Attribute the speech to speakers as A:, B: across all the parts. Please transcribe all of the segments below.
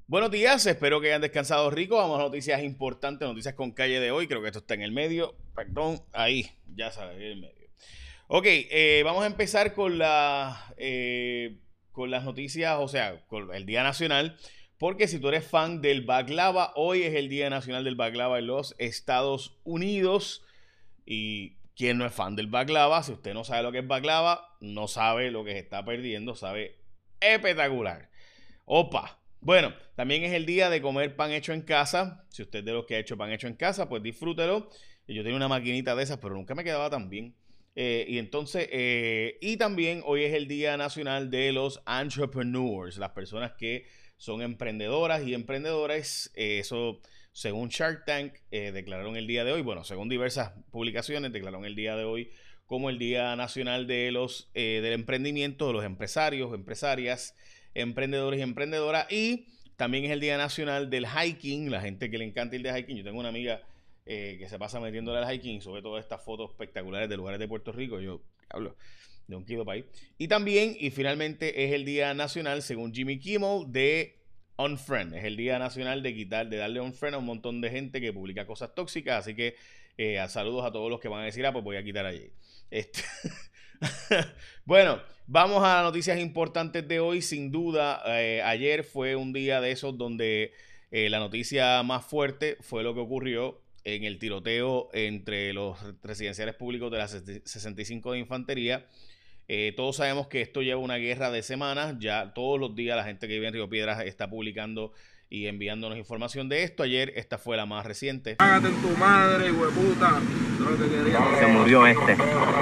A: Buenos días, espero que hayan descansado rico. Vamos a noticias importantes, noticias con calle de hoy. Creo que esto está en el medio. Perdón, ahí, ya sabes, en el medio. Ok, vamos a empezar con las noticias, o sea, con el Día Nacional. Porque si tú eres fan del baklava, hoy es el Día Nacional del Baklava en los Estados Unidos. Y quien no es fan del baklava, si usted no sabe lo que es baklava, no sabe lo que se está perdiendo, sabe espectacular. Opa. Bueno, también es el día de comer pan hecho en casa. Si usted es de los que ha hecho pan hecho en casa, pues disfrútelo. Yo tenía una maquinita de esas, pero nunca me quedaba tan bien. Y también hoy es el Día Nacional de los Entrepreneurs, las personas que son emprendedoras y emprendedores. Eso, según Shark Tank, declararon el día de hoy. Bueno, según diversas publicaciones, declararon el día de hoy como el Día Nacional de del emprendimiento, de los empresarios, empresarias, emprendedores y emprendedoras. Y también es el Día Nacional del Hiking, la gente que le encanta ir de hiking. Yo tengo una amiga que se pasa metiéndole al hiking, sobre todo estas fotos espectaculares de lugares de Puerto Rico. Yo hablo de un kilo para ahí. Y también, y finalmente, es el Día Nacional, según Jimmy Kimmel, de Unfriend. Es el Día Nacional de quitar, de darle unfriend a un montón de gente que publica cosas tóxicas. Así que saludos a todos los que van a decir, pues voy a quitar allí. Este bueno, vamos a noticias importantes de hoy. Sin duda, ayer fue un día de esos donde la noticia más fuerte fue lo que ocurrió en el tiroteo entre los residenciales públicos de la 65 de Infantería. Todos sabemos que esto lleva una guerra de semanas. Ya todos los días la gente que vive en Río Piedras está publicando y enviándonos información de esto. Ayer esta fue la más reciente.
B: Cágate en tu madre, hueputa. Lo que quería.
C: Se murió este.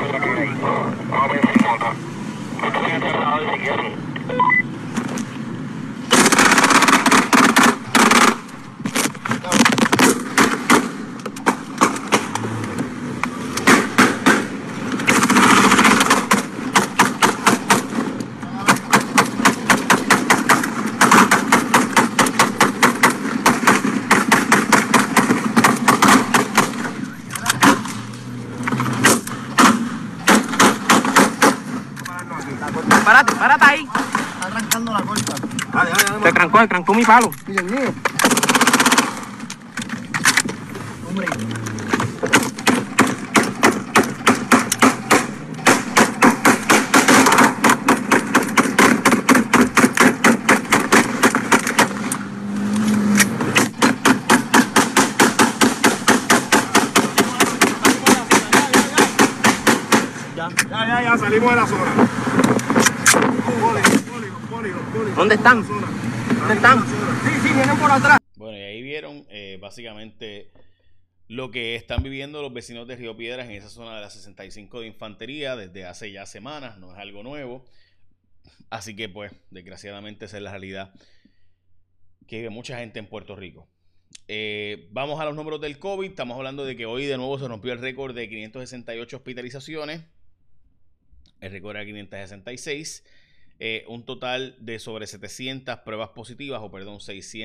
C: Párate ahí.
B: Está arrancando la corta.
C: Se trancó mi palo.
B: Y el mío. Hombre. Ya, salimos de la zona.
C: ¿Dónde están? ¿Dónde están?
B: Sí, vienen por atrás.
A: Bueno, y ahí vieron básicamente lo que están viviendo los vecinos de Río Piedras en esa zona de la 65 de Infantería desde hace ya semanas, no es algo nuevo. Así que pues, desgraciadamente esa es la realidad que vive mucha gente en Puerto Rico. Vamos a los números del COVID. Estamos hablando de que hoy de nuevo se rompió el récord de 568 hospitalizaciones. El récord era 566. Un total de sobre 700 pruebas positivas, o perdón,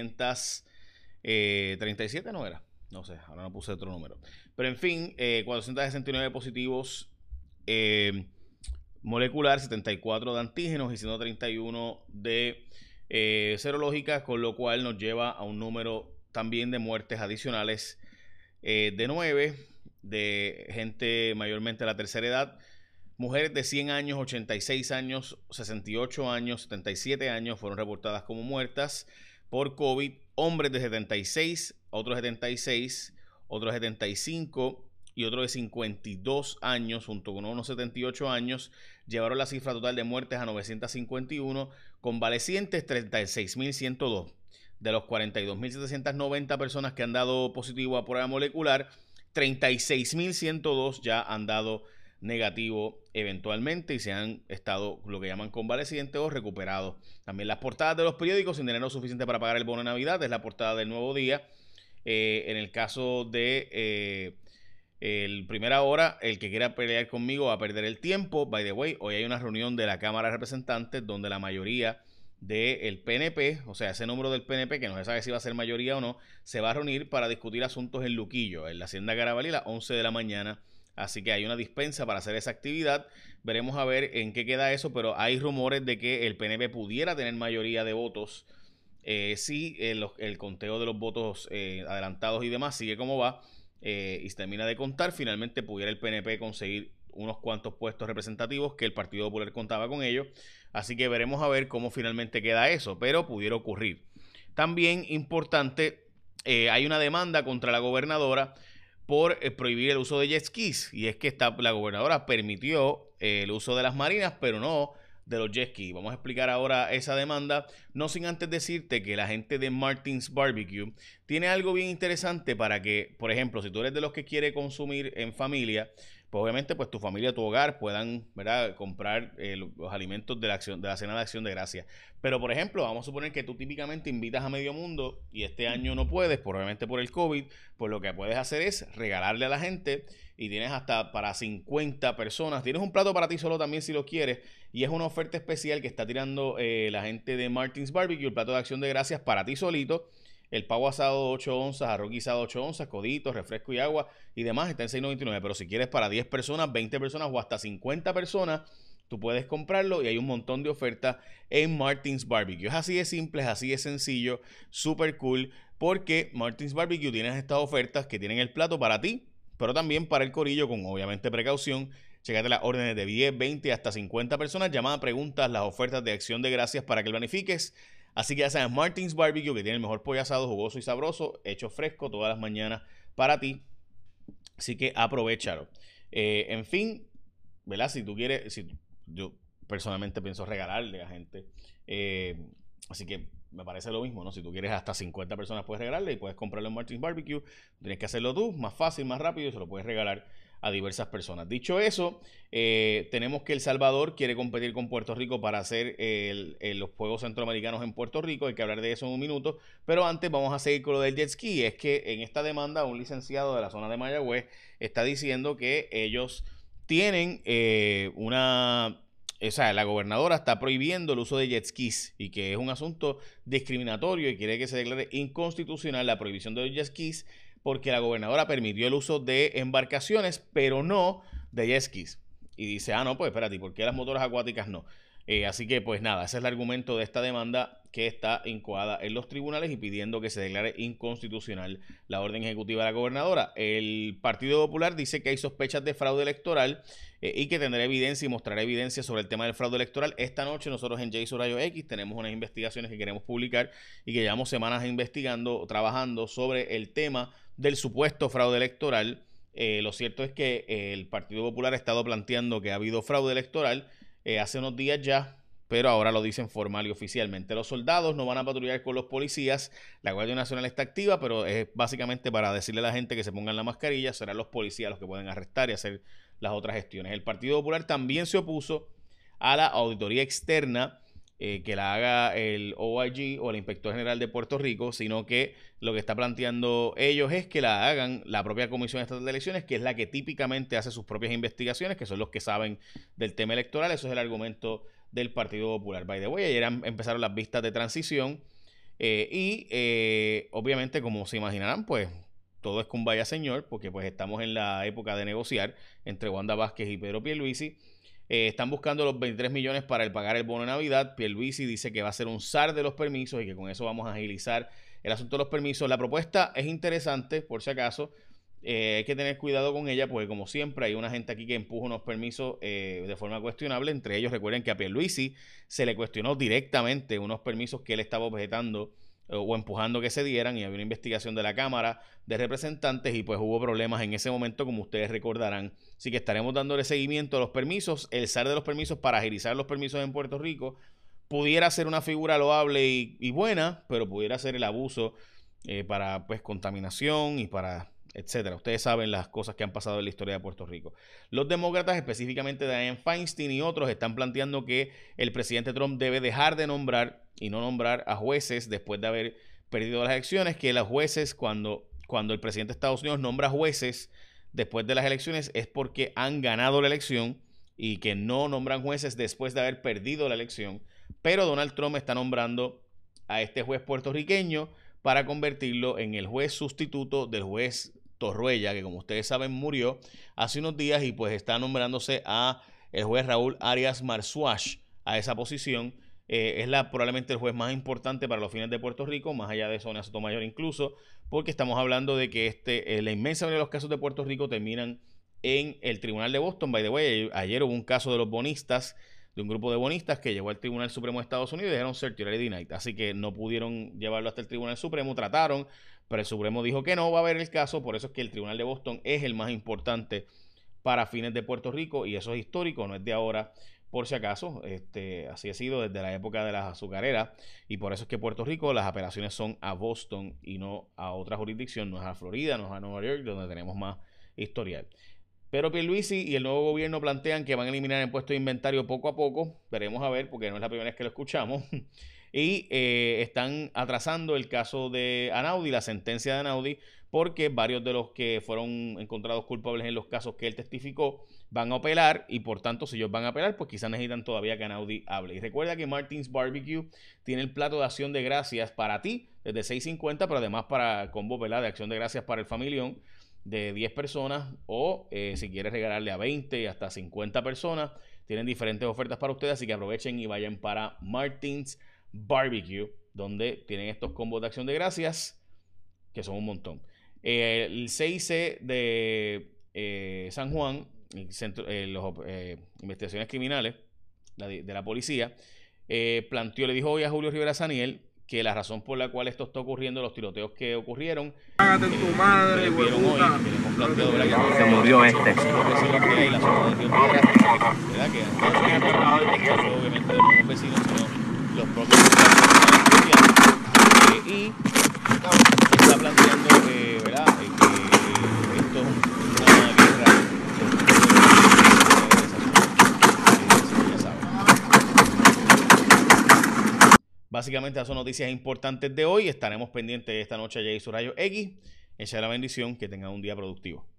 A: 637 no era. No sé, ahora no puse otro número. Pero en fin, 469 positivos molecular, 74 de antígenos y 131 de serológicas, con lo cual nos lleva a un número también de muertes adicionales de 9, de gente mayormente de la tercera edad. Mujeres de 100 años, 86 años, 68 años, 77 años fueron reportadas como muertas por COVID. Hombres de 76, otros 76, otros 75 y otros de 52 años, junto con unos 78 años, llevaron la cifra total de muertes a 951, convalecientes 36.102. De los 42.790 personas que han dado positivo a prueba molecular, 36.102 ya han dado negativo eventualmente y se han estado lo que llaman convalecientes o recuperados. También las portadas de los periódicos sin dinero suficiente para pagar el bono de Navidad es la portada del Nuevo Día. En el caso de el Primera Hora, el que quiera pelear conmigo va a perder el tiempo. By the way, hoy hay una reunión de la Cámara de Representantes donde la mayoría del PNP, o sea, ese número del PNP, que no se sabe si va a ser mayoría o no, se va a reunir para discutir asuntos en Luquillo, en la Hacienda Garabalí, a las 11 de la mañana. Así que hay una dispensa para hacer esa actividad. Veremos a ver en qué queda eso, pero hay rumores de que el PNP pudiera tener mayoría de votos si el conteo de los votos adelantados y demás sigue como va y se termina de contar, finalmente pudiera el PNP conseguir unos cuantos puestos representativos que el Partido Popular contaba con ellos. Así que veremos a ver cómo finalmente queda eso, pero pudiera ocurrir. También importante, hay una demanda contra la gobernadora por prohibir el uso de jet skis. Y es que la gobernadora permitió el uso de las marinas, pero no de los jet skis. Vamos a explicar ahora esa demanda, no sin antes decirte que la gente de Martins Barbecue tiene algo bien interesante para que, por ejemplo, si tú eres de los que quiere consumir en familia, pues obviamente pues tu familia, tu hogar puedan, ¿verdad?, comprar los alimentos de la cena de Acción de Gracias. Pero por ejemplo, vamos a suponer que tú típicamente invitas a medio mundo y este año no puedes, obviamente por el COVID, pues lo que puedes hacer es regalarle a la gente y tienes hasta para 50 personas. Tienes un plato para ti solo también si lo quieres y es una oferta especial que está tirando la gente de Martins Barbecue, el plato de Acción de Gracias para ti solito. El pavo asado 8 onzas, arroz guisado 8 onzas, coditos, refresco y agua y demás está en $6.99. Pero si quieres para 10 personas, 20 personas o hasta 50 personas, tú puedes comprarlo y hay un montón de ofertas en Martins Barbecue. Es así de simple, es así de sencillo, súper cool, porque Martins Barbecue tiene estas ofertas que tienen el plato para ti, pero también para el corillo con obviamente precaución. Chécate las órdenes de 10, 20 hasta 50 personas, llamadas, preguntas, las ofertas de Acción de Gracias para que planifiques. Así que ya sabes, Martins Barbecue, que tiene el mejor pollo asado, jugoso y sabroso, hecho fresco todas las mañanas para ti. Así que aprovechalo. En fin, ¿verdad? Si tú quieres, yo personalmente pienso regalarle a gente. Así que me parece lo mismo, ¿no? Si tú quieres hasta 50 personas puedes regalarle y puedes comprarlo en Martins Barbecue. Tienes que hacerlo tú, más fácil, más rápido, y se lo puedes regalar a diversas personas. Dicho eso, tenemos que El Salvador quiere competir con Puerto Rico para hacer los Juegos Centroamericanos en Puerto Rico. Hay que hablar de eso en un minuto, pero antes vamos a seguir con lo del jet ski. Es que en esta demanda un licenciado de la zona de Mayagüez está diciendo que ellos tienen o sea, la gobernadora está prohibiendo el uso de jet skis y que es un asunto discriminatorio y quiere que se declare inconstitucional la prohibición de los jet skis porque la gobernadora permitió el uso de embarcaciones, pero no de jet skis. Y dice, no, pues espérate, ¿por qué las motoras acuáticas no? Así que, pues nada, ese es el argumento de esta demanda que está incoada en los tribunales y pidiendo que se declare inconstitucional la orden ejecutiva de la gobernadora. El Partido Popular dice que hay sospechas de fraude electoral y que tendrá evidencia y mostrará evidencia sobre el tema del fraude electoral. Esta noche nosotros en Jay Rayo X tenemos unas investigaciones que queremos publicar y que llevamos semanas investigando, trabajando sobre el tema del supuesto fraude electoral. Lo cierto es que el Partido Popular ha estado planteando que ha habido fraude electoral hace unos días ya, pero ahora lo dicen formal y oficialmente. Los soldados no van a patrullar con los policías, la Guardia Nacional está activa, pero es básicamente para decirle a la gente que se pongan la mascarilla. Serán los policías los que pueden arrestar y hacer las otras gestiones. El Partido Popular también se opuso a la auditoría externa que la haga el OIG o el Inspector General de Puerto Rico, sino que lo que está planteando ellos es que la hagan la propia Comisión Estatal de Elecciones, que es la que típicamente hace sus propias investigaciones, que son los que saben del tema electoral. Eso es el argumento del Partido Popular. By the way, ayer empezaron las vistas de transición obviamente, como se imaginarán, pues todo es con vaya señor, porque pues estamos en la época de negociar entre Wanda Vázquez y Pedro Pierluisi. Están buscando los 23 millones para pagar el bono de Navidad. Pierluisi dice que va a ser un SAR de los permisos y que con eso vamos a agilizar el asunto de los permisos. La propuesta es interesante, por si acaso. Hay que tener cuidado con ella porque, como siempre, hay una gente aquí que empuja unos permisos de forma cuestionable. Entre ellos, recuerden que a Pierluisi se le cuestionó directamente unos permisos que él estaba objetando o empujando que se dieran, y había una investigación de la Cámara de Representantes y pues hubo problemas en ese momento, como ustedes recordarán. Así que estaremos dándole seguimiento a los permisos. El SAR de los permisos para agilizar los permisos en Puerto Rico pudiera ser una figura loable y buena, pero pudiera ser el abuso para pues contaminación y para etcétera. Ustedes saben las cosas que han pasado en la historia de Puerto Rico. Los demócratas, específicamente Dianne Feinstein y otros, están planteando que el presidente Trump debe dejar de nombrar y no nombrar a jueces después de haber perdido las elecciones, que los jueces, cuando el presidente de Estados Unidos nombra jueces después de las elecciones, es porque han ganado la elección y que no nombran jueces después de haber perdido la elección. Pero Donald Trump está nombrando a este juez puertorriqueño para convertirlo en el juez sustituto del juez Torruella, que como ustedes saben murió hace unos días, y pues está nombrándose a el juez Raúl Arias Marzuach a esa posición. es probablemente el juez más importante para los fines de Puerto Rico, más allá de Sonia Sotomayor incluso, porque estamos hablando de que la inmensa mayoría de los casos de Puerto Rico terminan en el Tribunal de Boston. By the way, ayer hubo un caso de los bonistas, de un grupo de bonistas que llegó al Tribunal Supremo de Estados Unidos y dijeron certiorari denied, así que no pudieron llevarlo hasta el Tribunal Supremo, trataron, pero el Supremo dijo que no va a haber el caso, por eso es que el Tribunal de Boston es el más importante para fines de Puerto Rico, y eso es histórico, no es de ahora. Por si acaso, así ha sido desde la época de las azucareras, y por eso es que Puerto Rico, las apelaciones son a Boston y no a otra jurisdicción, no es a Florida, no es a Nueva York, donde tenemos más historial. Pero Pierluisi y el nuevo gobierno plantean que van a eliminar el impuesto de inventario poco a poco, veremos a ver, porque no es la primera vez que lo escuchamos, y están atrasando el caso de Anaudi, la sentencia de Anaudi, porque varios de los que fueron encontrados culpables en los casos que él testificó van a apelar, y por tanto, si ellos van a apelar, pues quizás necesitan todavía que Anaudi hable. Y recuerda que Martins Barbecue tiene el plato de acción de gracias para ti, desde $6.50, pero además para combo, ¿verdad?, de acción de gracias para el familión de 10 personas, o si quieres regalarle a 20 y hasta 50 personas, tienen diferentes ofertas para ustedes, así que aprovechen y vayan para Martins Barbecue, donde tienen estos combos de acción de gracias, que son un montón. El CIC de San Juan, el centro, investigaciones criminales de la policía, le dijo hoy a Julio Rivera Saniel que la razón por la cual esto está ocurriendo, los tiroteos que ocurrieron,
B: Cágate en tu madre,
A: vieron hoy, que le hemos planteado, ¿verdad?
C: Se murió este.
A: Los vecinos que hay en la zona de Río Piedras, ¿verdad? Que obviamente no los vecinos, sino los propios y está planteando, ¿verdad? Que esto es una guerra. Básicamente esas son noticias importantes de hoy. Estaremos pendientes de esta noche a Jay Surayo X. Echa la bendición, que tengan un día productivo.